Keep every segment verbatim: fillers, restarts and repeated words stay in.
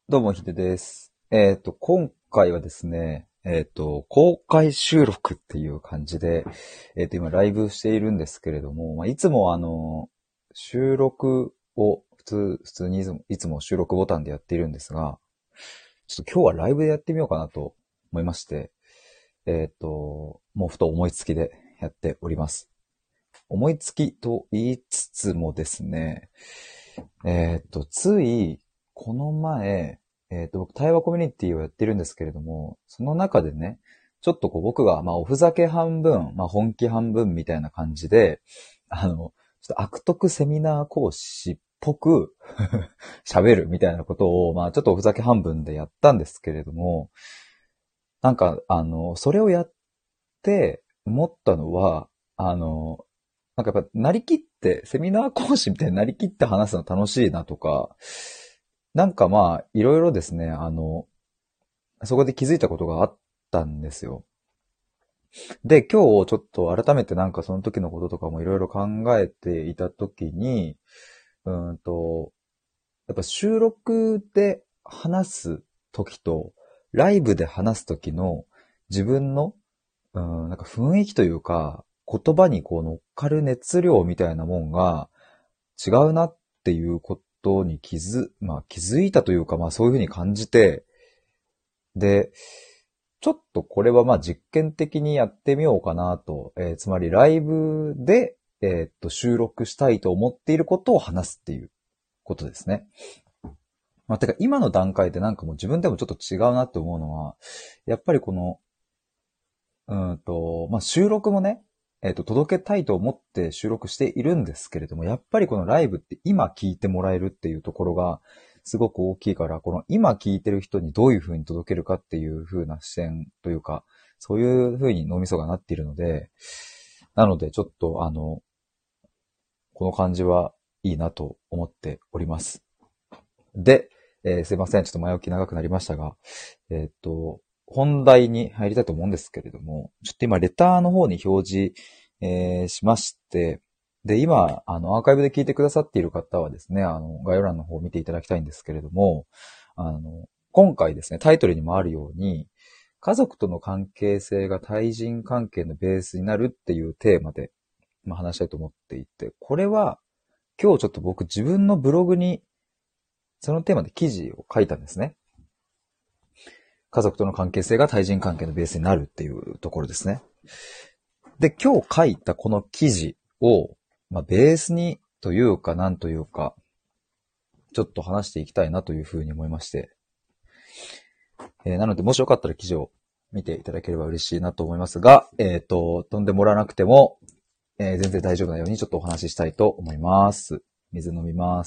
どうも、ヒデです。えっと、今回はですね、えっと、公開収録っていう感じで、えっと、今、ライブしているんですけれども、まあ、いつもあの、収録を、普通、普通にいつも、いつも収録ボタンでやっているんですが、ちょっと今日はライブでやってみようかなと思いまして、えっと、もうふと思いつきでやっております。思いつきと言いつつもですね、えっと、つい、この前、えっと、僕、対話コミュニティをやってるんですけれども、その中でね、ちょっとこう僕が、まあ、おふざけ半分、まあ、本気半分みたいな感じで、あの、ちょっと悪徳セミナー講師っぽく喋るみたいなことを、まあ、ちょっとおふざけ半分でやったんですけれども、なんか、あの、それをやって思ったのは、あの、なんかやっぱ、なりきって、セミナー講師みたいになりきって話すの楽しいなとか、なんかまあ、いろいろですね、あの、そこで気づいたことがあったんですよ。で、今日ちょっと改めてなんかその時のこととかもいろいろ考えていた時に、うーんと、やっぱ収録で話す時と、ライブで話す時の自分の、うん、なんか雰囲気というか、言葉にこう乗っかる熱量みたいなもんが違うなっていうことに気づ、まあ気づいたというか、まあそういうふうに感じて、で、ちょっとこれはまあ実験的にやってみようかなと、えーつまりライブで、えーっと収録したいと思っていることを話すっていうことですね。まあ、てか今の段階でなんかもう自分でもちょっと違うなって思うのは、やっぱりこの、うーんと、まあ、収録もね、えっと、届けたいと思って収録しているんですけれども、やっぱりこのライブって今聞いてもらえるっていうところがすごく大きいから、この今聞いてる人にどういう風に届けるかっていう風な視点というか、そういう風に脳みそがなっているので、なのでちょっとあの、この感じはいいなと思っております。で、えーすいません。ちょっと前置き長くなりましたが、えーっと、本題に入りたいと思うんですけれども、ちょっと今、レターの方に表示、えーしまして、で、今、あの、アーカイブで聞いてくださっている方はですね、あの、概要欄の方を見ていただきたいんですけれども、あの、今回ですね、タイトルにもあるように、家族との関係性が対人関係のベースになるっていうテーマで、まあ、話したいと思っていて、これは、今日ちょっと僕自分のブログにそのテーマで記事を書いたんですね。家族との関係性が対人関係のベースになるっていうところですね。で、今日書いたこの記事を、まあ、ベースにというかなんというか、ちょっと話していきたいなというふうに思いまして。えーなので、もしよかったら記事を見ていただければ嬉しいなと思いますが、えっと、飛んでもらわなくても、えー全然大丈夫なようにちょっとお話ししたいと思います。水飲みます。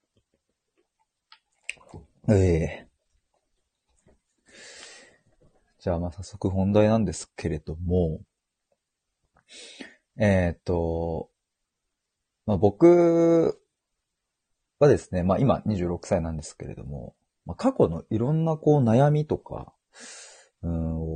えーじゃあ、まあ、早速本題なんですけれども、えっと、まあ、僕はですね、まあ今にじゅうろくさいなんですけれども、まあ、過去のいろんなこう悩みとか、うん、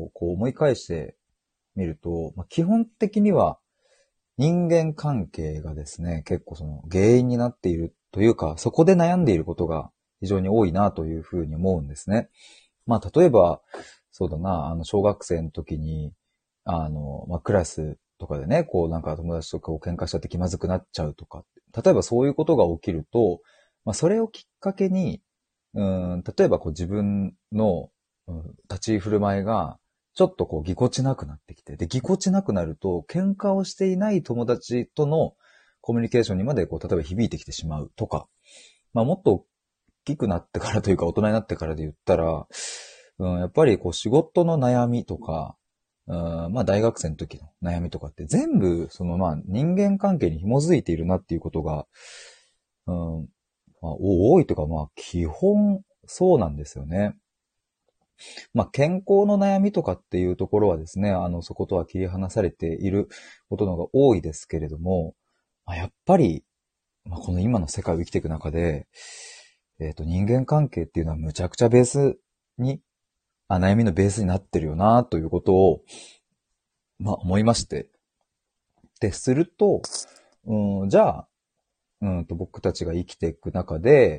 をこう思い返してみると、まあ、基本的には人間関係がですね、結構その原因になっているというか、そこで悩んでいることが非常に多いなというふうに思うんですね。まあ例えば、そうだな、あの小学生の時に、あの、まあクラスとかでね、こうなんか友達とかを喧嘩しちゃって気まずくなっちゃうとか、例えばそういうことが起きると、まあそれをきっかけに、うん、例えばこう自分の、うん、立ち居振る舞いが、ちょっとこうぎこちなくなってきて、で、ぎこちなくなると、喧嘩をしていない友達とのコミュニケーションにまでこう、例えば響いてきてしまうとか、まあもっと大きくなってからというか大人になってからで言ったら、うん、やっぱりこう仕事の悩みとか、うん、まあ大学生の時の悩みとかって全部そのまあ人間関係に紐づいているなっていうことが、うん、まあ、多いというかまあ基本そうなんですよね。まあ健康の悩みとかっていうところはですね、あのそことは切り離されていることの方が多いですけれども、まあ、やっぱり、まあ、この今の世界を生きていく中で、えっと人間関係っていうのはむちゃくちゃベースにあ、悩みのベースになってるよな、ということを、まあ、思いまして。で、すると、うん、じゃあ、うんと僕たちが生きていく中で、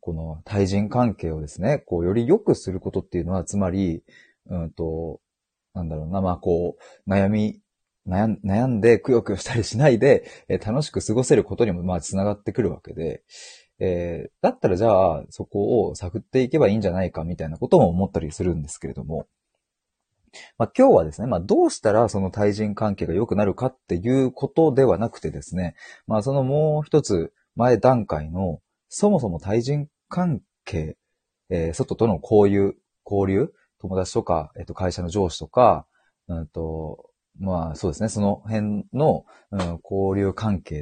この対人関係をですね、こう、より良くすることっていうのは、つまり、うんと、なんだろうな、まあ、こう、悩み、悩ん悩んでくよくよしたりしないで、えー楽しく過ごせることにも、まあ、つながってくるわけで、えーだったらじゃあ、そこを探っていけばいいんじゃないか、みたいなことも思ったりするんですけれども、まあ、今日はですね、まあ、どうしたらその対人関係が良くなるかっていうことではなくてですね、まあ、そのもう一つ前段階の、そもそも対人関係、えー外との交流、交流、友達とか、えっと、会社の上司とか、うんと、まあ、そうですね、その辺の、うん、交流関係って、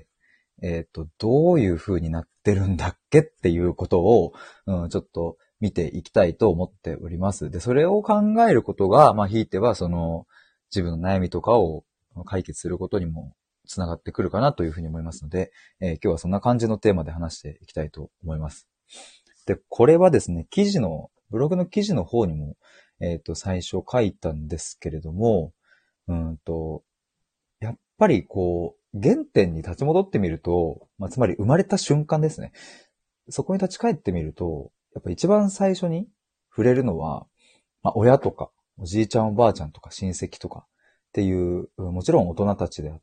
えっと、どういう風になってるんだっけっていうことを、うん、ちょっと見ていきたいと思っております。で、それを考えることが、まあ、ひいては、その、自分の悩みとかを解決することにもつながってくるかなというふうに思いますので、えー今日はそんな感じのテーマで話していきたいと思います。で、これはですね、記事の、ブログの記事の方にも、えっと、最初書いたんですけれども、うんと、やっぱりこう、原点に立ち戻ってみると、まあ、つまり生まれた瞬間ですね。そこに立ち返ってみると、やっぱ一番最初に触れるのは、まあ、親とか、おじいちゃんおばあちゃんとか親戚とかっていう、もちろん大人たちであって、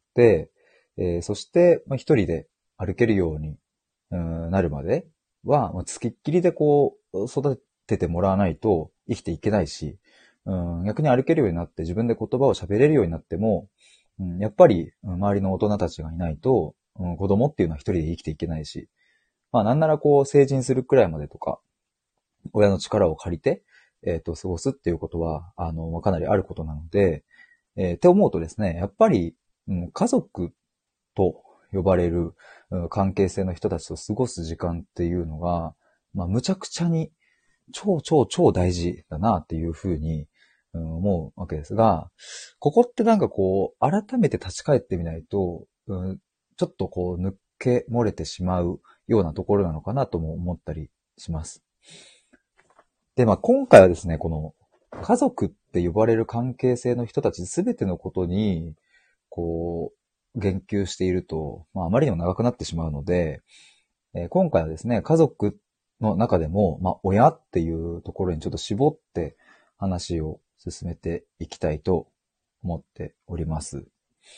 えーそして、まあ、一人で歩けるように、うんなるまでは、まあ、つきっきりでこう、育ててもらわないと生きていけないし、うん、逆に歩けるようになって自分で言葉を喋れるようになっても、うん、やっぱりうん周りの大人たちがいないと、うん、子供っていうのは一人で生きていけないし、まあなんならこう成人するくらいまでとか、親の力を借りて、えっと、過ごすっていうことは、あの、かなりあることなので、えーって思うとですね、やっぱり、うん、家族と呼ばれる、うん関係性の人たちと過ごす時間っていうのが、まあ、むちゃくちゃに超超超大事だなっていうふうに、うん思うわけですが、ここってなんかこう、改めて立ち返ってみないと、うんちょっとこう、抜け漏れてしまうようなところなのかなとも思ったりします。で、まあ今回はですね、この家族って呼ばれる関係性の人たちすべてのことに、こう、言及していると、まああまりにも長くなってしまうので、えー今回はですね、家族の中でも、まあ親っていうところにちょっと絞って話を進めていきたいと思っております。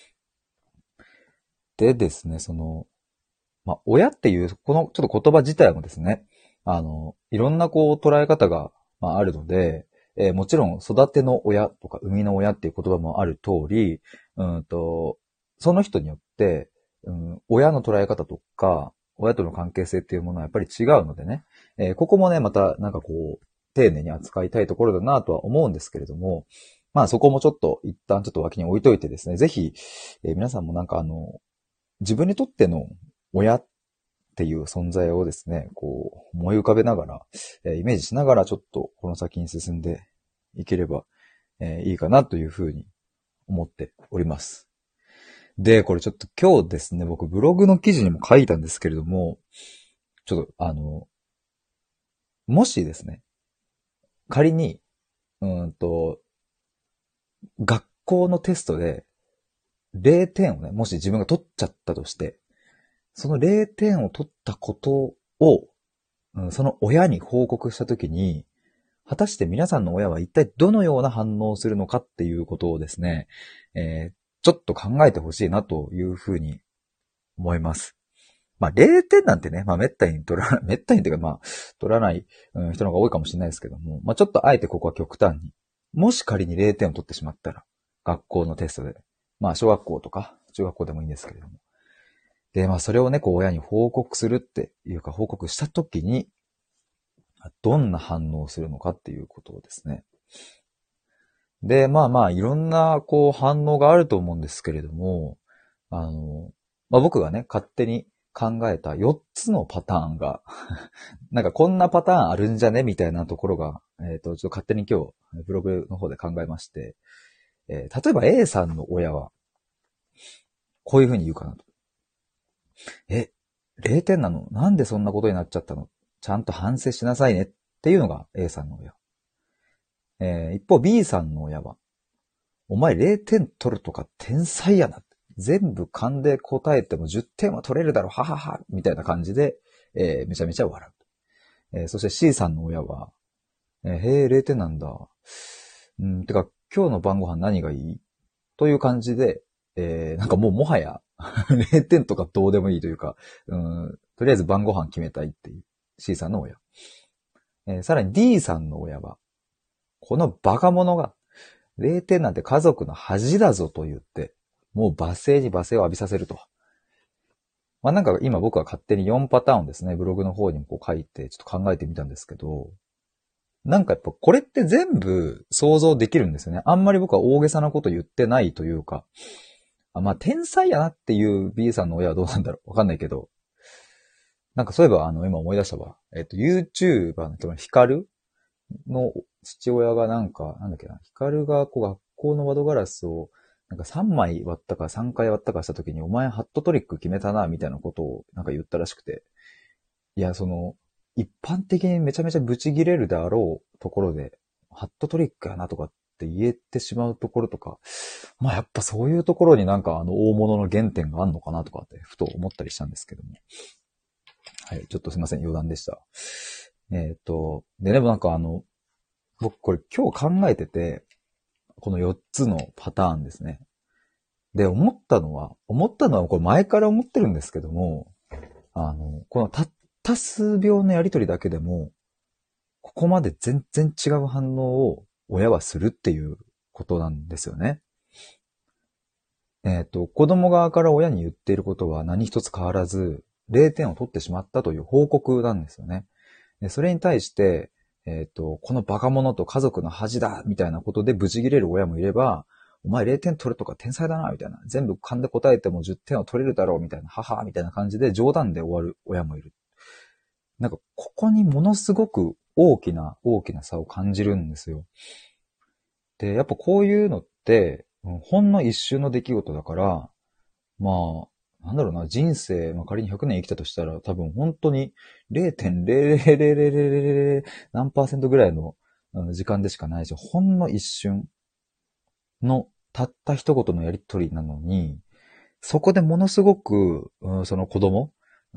でですね、その、まあ親っていう、このちょっと言葉自体もですね、あの、いろんなこう捉え方が、まあ、あるので、えーもちろん育ての親とか生みの親っていう言葉もある通り、うんと、その人によって、うん、親の捉え方とか、親との関係性っていうものはやっぱり違うのでね、えーここもね、またなんかこう、丁寧に扱いたいところだなとは思うんですけれども、まあそこもちょっと一旦ちょっと脇に置いといてですね、ぜひ、えー皆さんもなんかあの、自分にとっての親っていう存在をですね、こう、思い浮かべながら、えーイメージしながらちょっとこの先に進んでいければ、えーいいかなというふうに思っております。で、これちょっと今日ですね、僕ブログの記事にも書いたんですけれども、ちょっとあの、もしですね、仮に、うーんと、学校のテストでれいてんをね、もし自分が取っちゃったとして、そのれいてんを取ったことを、うんその親に報告したときに、果たして皆さんの親は一体どのような反応をするのかっていうことをですね、えーちょっと考えてほしいなというふうに思います。まあれいてんなんてね、まあ滅多に取らない、滅多にというかまあ取らない、うん人の方が多いかもしれないですけども、まあちょっとあえてここは極端に。もし仮にれいてんを取ってしまったら、学校のテストで。まあ小学校とか中学校でもいいんですけれども。で、まあそれをね、こう親に報告するっていうか報告したときに、どんな反応をするのかっていうことをですね。で、まあまあ、いろんな、こう、反応があると思うんですけれども、あの、まあ僕がね、勝手に考えたよっつのパターンがなんかこんなパターンあるんじゃねみたいなところが、えっと、ちょっと勝手に今日、ブログの方で考えまして、えー例えば A さんの親は、こういうふうに言うかなと。え、れいてんなのなんでそんなことになっちゃったのちゃんと反省しなさいねっていうのが A さんの親。えー一方 B さんの親は、お前れいてん取るとか天才やな。全部勘で答えてもじゅってんは取れるだろ、ははは、みたいな感じで、えーめちゃめちゃ笑う。 えーそして C さんの親は、えーへえ、れいてんなんだ。うん、てか、今日の晩ご飯何がいいという感じで、えーなんかもうもはやれいてんとかどうでもいいというか、うん、とりあえず晩ご飯決めたいっていう C さんの親。えーさらに D さんの親は、このバカ者がれいてんなんて家族の恥だぞと言って、もう罵声に罵声を浴びさせると。まあなんか今僕は勝手によんパターンですね、ブログの方にもこう書いてちょっと考えてみたんですけど、なんかやっぱこれって全部想像できるんですよね。あんまり僕は大げさなこと言ってないというか、あまあ天才やなっていう B さんの親はどうなんだろうわかんないけど、なんかそういえばあの今思い出したわ。えっと YouTuber の人のヒカルの父親がなんか、なんだっけな、ヒカルがこう学校の窓ガラスをなんかさんまい割ったかさんかい割ったかした時にお前ハットトリック決めたなみたいなことをなんか言ったらしくて、いやその一般的にめちゃめちゃブチ切れるであろうところで、ハットトリックやなとかって言えてしまうところとか、まあやっぱそういうところになんかあの大物の原点があんのかなとかってふと思ったりしたんですけども。はい、ちょっとすいません、余談でした。えっと、で、でもなんかあの、僕これ今日考えてて、このよっつのパターンですね。で、思ったのは、思ったのはこれ前から思ってるんですけども、あの、このたった数秒のやりとりだけでも、ここまで全然違う反応を親はするっていうことなんですよね。えっと、子供側から親に言っていることは何一つ変わらず、れいてんを取ってしまったという報告なんですよね。でそれに対して、えっと、このバカ者と家族の恥だみたいなことでブチ切れる親もいれば、お前れいてん取るとか天才だなみたいな。全部勘で答えてもじゅってんは取れるだろうみたいな。ははみたいな感じで冗談で終わる親もいる。なんか、ここにものすごく大きな、大きな差を感じるんですよ。で、やっぱこういうのって、ほんの一瞬の出来事だから、まあ、なんだろうな、人生、まあ、仮にひゃくねん生きたとしたら、多分本当にれいてんぜろぜろぜろぜろぜろぜろ何パーセントぐらいの時間でしかないし、ほんの一瞬のたった一言のやりとりなのに、そこでものすごく、うん、その子供、うん、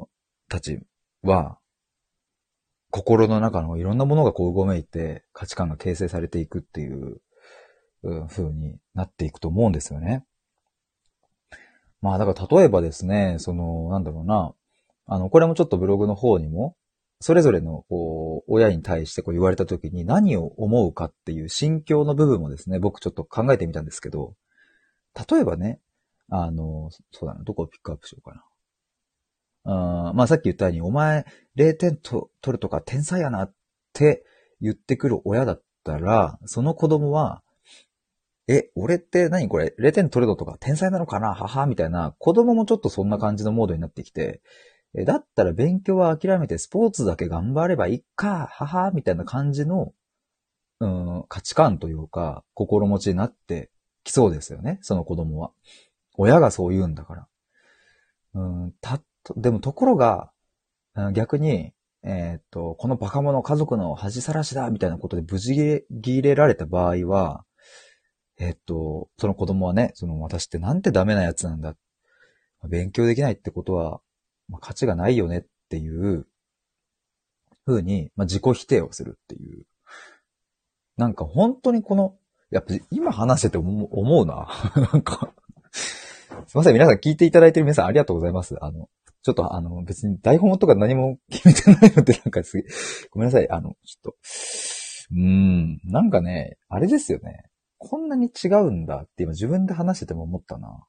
たちは、心の中のいろんなものがこううごめいて価値観が形成されていくっていう、うん、風になっていくと思うんですよね。まあだから例えばですね、その、なんだろうな、あの、これもちょっとブログの方にも、それぞれの、こう、親に対してこう言われた時に何を思うかっていう心境の部分もですね、僕ちょっと考えてみたんですけど、例えばね、あの、そうだな、どこをピックアップしようかな。あまあさっき言ったように、お前れいてんと取るとか天才やなって言ってくる親だったら、その子供は、え、俺って何これ ?れいてん取るのとか天才なのかなははみたいな、子供もちょっとそんな感じのモードになってきて、え、だったら勉強は諦めてスポーツだけ頑張ればいいか、ははみたいな感じの、うん、価値観というか、心持ちになってきそうですよね、その子供は。親がそう言うんだから。うん、た、でもところが、逆に、えーっと、このバカ者家族の恥さらしだみたいなことで無事切れられた場合は、えーっと、その子供はね、その私ってなんてダメなやつなんだ。勉強できないってことは、まあ、価値がないよねっていう風に、まあ、自己否定をするっていう。なんか本当にこの、やっぱ今話してて思う思うな。なんか、すいません、皆さん聞いていただいてる皆さんありがとうございます。あの、ちょっとあの、別に台本とか何も決めてないので、なんかすげごめんなさい。あの、ちょっと、うーん、なんかね、あれですよね。こんなに違うんだって今自分で話してても思ったな。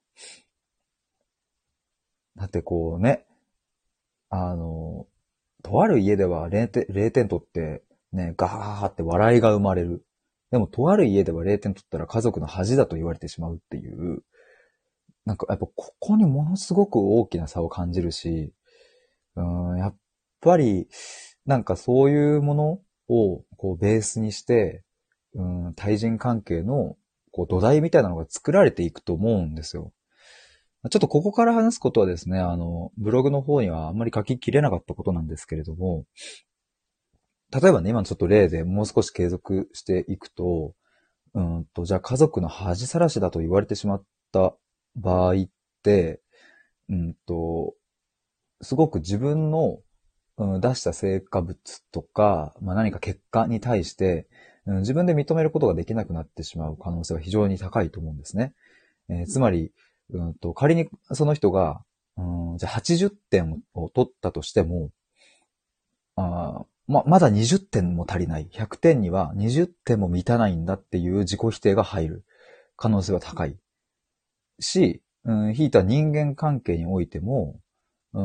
だってこうね、あの、とある家ではれいてん、れいてん取って、ね、ガーって笑いが生まれる。でも、とある家ではれいてん取ったら家族の恥だと言われてしまうっていう、なんかやっぱここにものすごく大きな差を感じるし、うん、やっぱり、なんかそういうものをこうベースにして、うん、対人関係のこう土台みたいなのが作られていくと思うんですよ。ちょっとここから話すことはですね、あの、ブログの方にはあんまり書ききれなかったことなんですけれども、例えばね、今のちょっと例でもう少し継続していくと、うんと、じゃあ家族の恥さらしだと言われてしまった場合って、うんと、すごく自分のうん、出した成果物とか、まあ、何か結果に対して、うん、自分で認めることができなくなってしまう可能性は非常に高いと思うんですね。えーつまり、うんと、仮にその人が、うん、じゃあはちじゅってんを取ったとしても、あーま、まだにじゅってんも足りない。ひゃくてんにはにじゅってんも満たないんだっていう自己否定が入る可能性は高い。し、うん、ひいた人間関係においても、うん、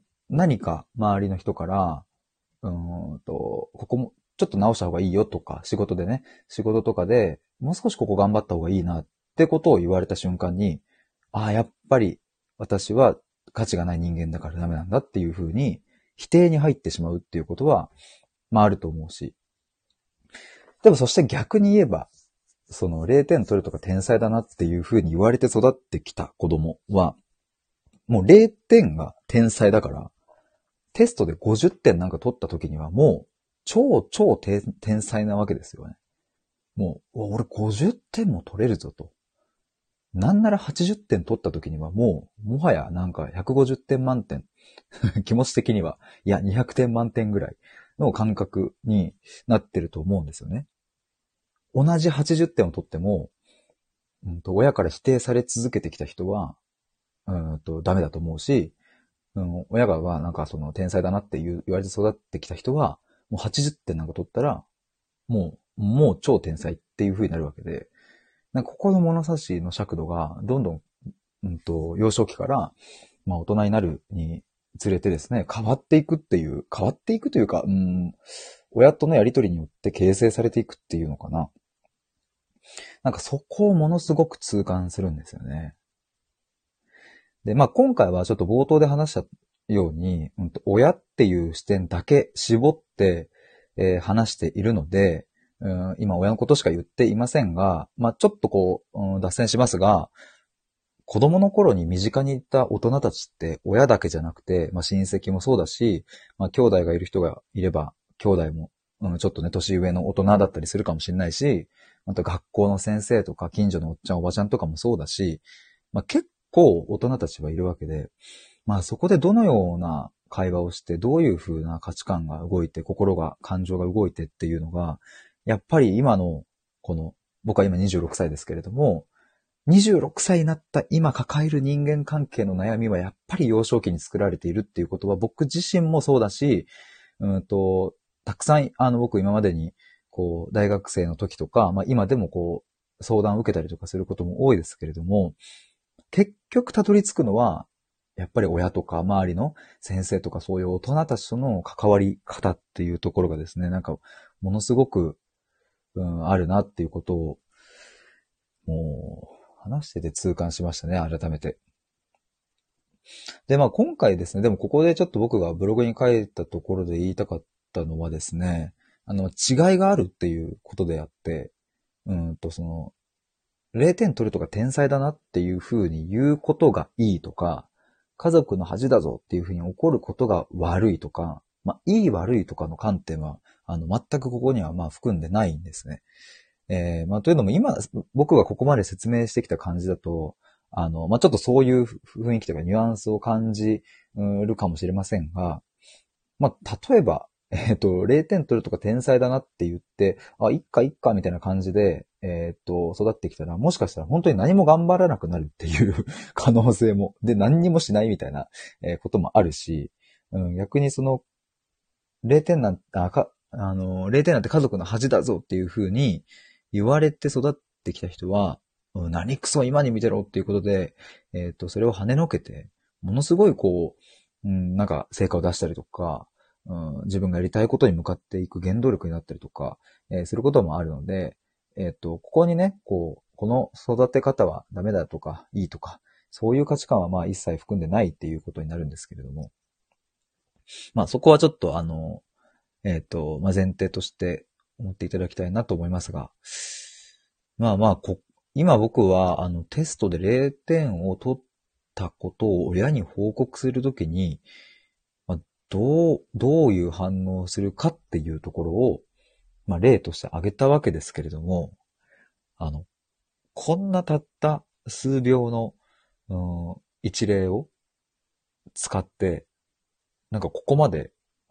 何か周りの人から、うんと、ここもちょっと直した方がいいよとか、仕事でね、仕事とかでもう少しここ頑張った方がいいなってことを言われた瞬間に、ああ、やっぱり私は価値がない人間だからダメなんだっていうふうに否定に入ってしまうっていうことは、まああると思うし。でもそして逆に言えば、そのれいてん取るとか天才だなっていうふうに言われて育ってきた子供は、もうれいてんが天才だから、テストでごじゅってんなんか取った時にはもう超超天天才なわけですよね。もう、うわ俺ごじゅってんも取れるぞと。なんならはちじゅってん取った時にはもう、もはやなんかひゃくごじゅってん満点。気持ち的には、いやにひゃくてん満点ぐらいの感覚になってると思うんですよね。同じはちじゅってんを取っても、うんと、親から否定され続けてきた人は、うんと、ダメだと思うし、うん、親がはなんかその天才だなって言われて育ってきた人は、もうはちじゅってんなんか取ったら、もう、もう超天才っていう風になるわけで、なんかここの物差しの尺度がどんどん、うんと、幼少期から、まあ大人になるにつれてですね、変わっていくっていう、変わっていくというか、うん、親とのやりとりによって形成されていくっていうのかな。なんかそこをものすごく痛感するんですよね。で、まあ今回はちょっと冒頭で話したように、うんと、親っていう視点だけ絞って、えー話しているので、うん、今親のことしか言っていませんが、まあちょっとこう、うん、脱線しますが、子供の頃に身近にいた大人たちって親だけじゃなくて、まあ親戚もそうだし、まあ兄弟がいる人がいれば、兄弟も、うん、ちょっとね、年上の大人だったりするかもしれないし、また学校の先生とか近所のおっちゃんおばちゃんとかもそうだし、まあ結構大人たちはいるわけで、まあそこでどのような会話をして、どういう風な価値観が動いて、心が、感情が動いてっていうのが、やっぱり今の、この、僕は今にじゅうろくさいですけれども、にじゅうろくさいになった今抱える人間関係の悩みはやっぱり幼少期に作られているっていうことは僕自身もそうだし、うんと、たくさん、あの僕今までに、こう、大学生の時とか、まあ今でもこう、相談を受けたりとかすることも多いですけれども、結局たどり着くのは、やっぱり親とか周りの先生とかそういう大人たちとの関わり方っていうところがですね、なんかものすごく、うん、あるなっていうことを、もう話してて痛感しましたね、改めて。で、まあ今回ですね、でもここでちょっと僕がブログに書いたところで言いたかったのはですね、あの、違いがあるっていうことであって、うんとその、れいてん取るとか天才だなっていう風に言うことがいいとか、家族の恥だぞっていう風に怒ることが悪いとか、まあ、いい悪いとかの観点は、あの、全くここにはまあ含んでないんですね。えー、まあ、というのも今、僕がここまで説明してきた感じだと、あの、まあ、ちょっとそういう雰囲気とかニュアンスを感じるかもしれませんが、まあ、例えば、えっと、れいてん取るとか天才だなって言って、あ、いっかいっかみたいな感じで、えっと、育ってきたら、もしかしたら本当に何も頑張らなくなるっていう可能性も、で、何にもしないみたいな、えーこともあるし、うん、逆にその、れいてんなんて、あ、か、あの、れいてんなんて家族の恥だぞっていう風に言われて育ってきた人は、うん何クソ今に見てろっていうことで、えっと、それを跳ねのけて、ものすごいこう、うん、なんか成果を出したりとか、うん、自分がやりたいことに向かっていく原動力になったりとか、えーすることもあるので、えっと、ここにね、こう、この育て方はダメだとか、いいとか、そういう価値観はまあ一切含んでないっていうことになるんですけれども、まあそこはちょっとあの、えっと、まあ前提として思っていただきたいなと思いますが、まあまあ、こ、今僕はあのテストでれいてんを取ったことを親に報告するときに、まあ、どう、どういう反応をするかっていうところを、まあ例として挙げたわけですけれども、あの、こんなたった数秒の、うん、一例を使って、なんかここまで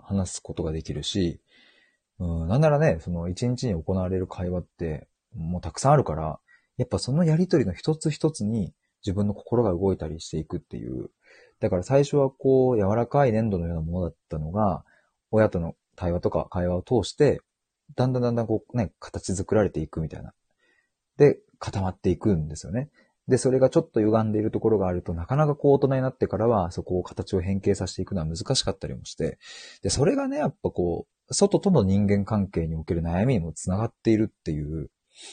話すことができるし、うん、なんならね、その一日に行われる会話ってもうたくさんあるから、やっぱそのやりとりの一つ一つに自分の心が動いたりしていくっていう。だから最初はこう柔らかい粘土のようなものだったのが、親との対話とか会話を通して、だんだんだんだんこうね、形作られていくみたいな。で、固まっていくんですよね。で、それがちょっと歪んでいるところがあると、なかなかこう大人になってからは、そこを形を変形させていくのは難しかったりもして、で、それがね、やっぱこう、外との人間関係における悩みにもつながっているっていう、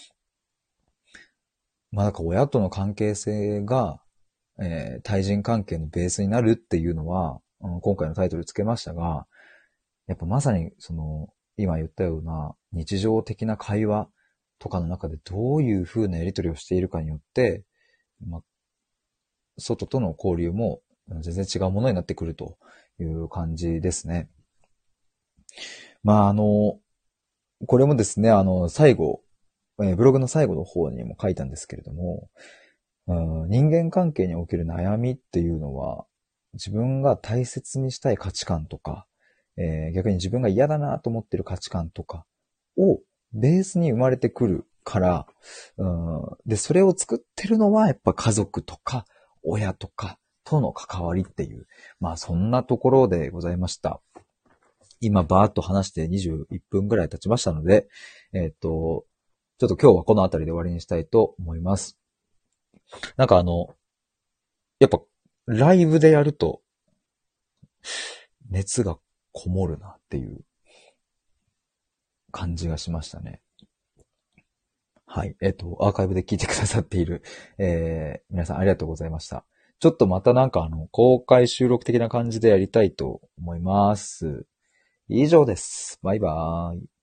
まあなんか親との関係性が、えー対人関係のベースになるっていうのは、うん今回のタイトルつけましたが、やっぱまさにその、今言ったような日常的な会話とかの中でどういう風なやり取りをしているかによって、まあ、外との交流も全然違うものになってくるという感じですね。まああの、これもですね、あの、最後、えーブログの最後の方にも書いたんですけれども、うん、人間関係における悩みっていうのは、自分が大切にしたい価値観とか、えー逆に自分が嫌だなと思ってる価値観とかをベースに生まれてくるから、うん、で、それを作ってるのはやっぱ家族とか親とかとの関わりっていう、まあそんなところでございました。今バーッと話してにじゅういっぷんぐらい経ちましたので、えっと、ちょっと今日はこの辺りで終わりにしたいと思います。なんかあの、やっぱライブでやると熱がこもるなっていう感じがしましたね。はい。えっと、アーカイブで聞いてくださっている、えー、皆さんありがとうございました。ちょっとまたなんかあの、公開収録的な感じでやりたいと思います。以上です。バイバーイ。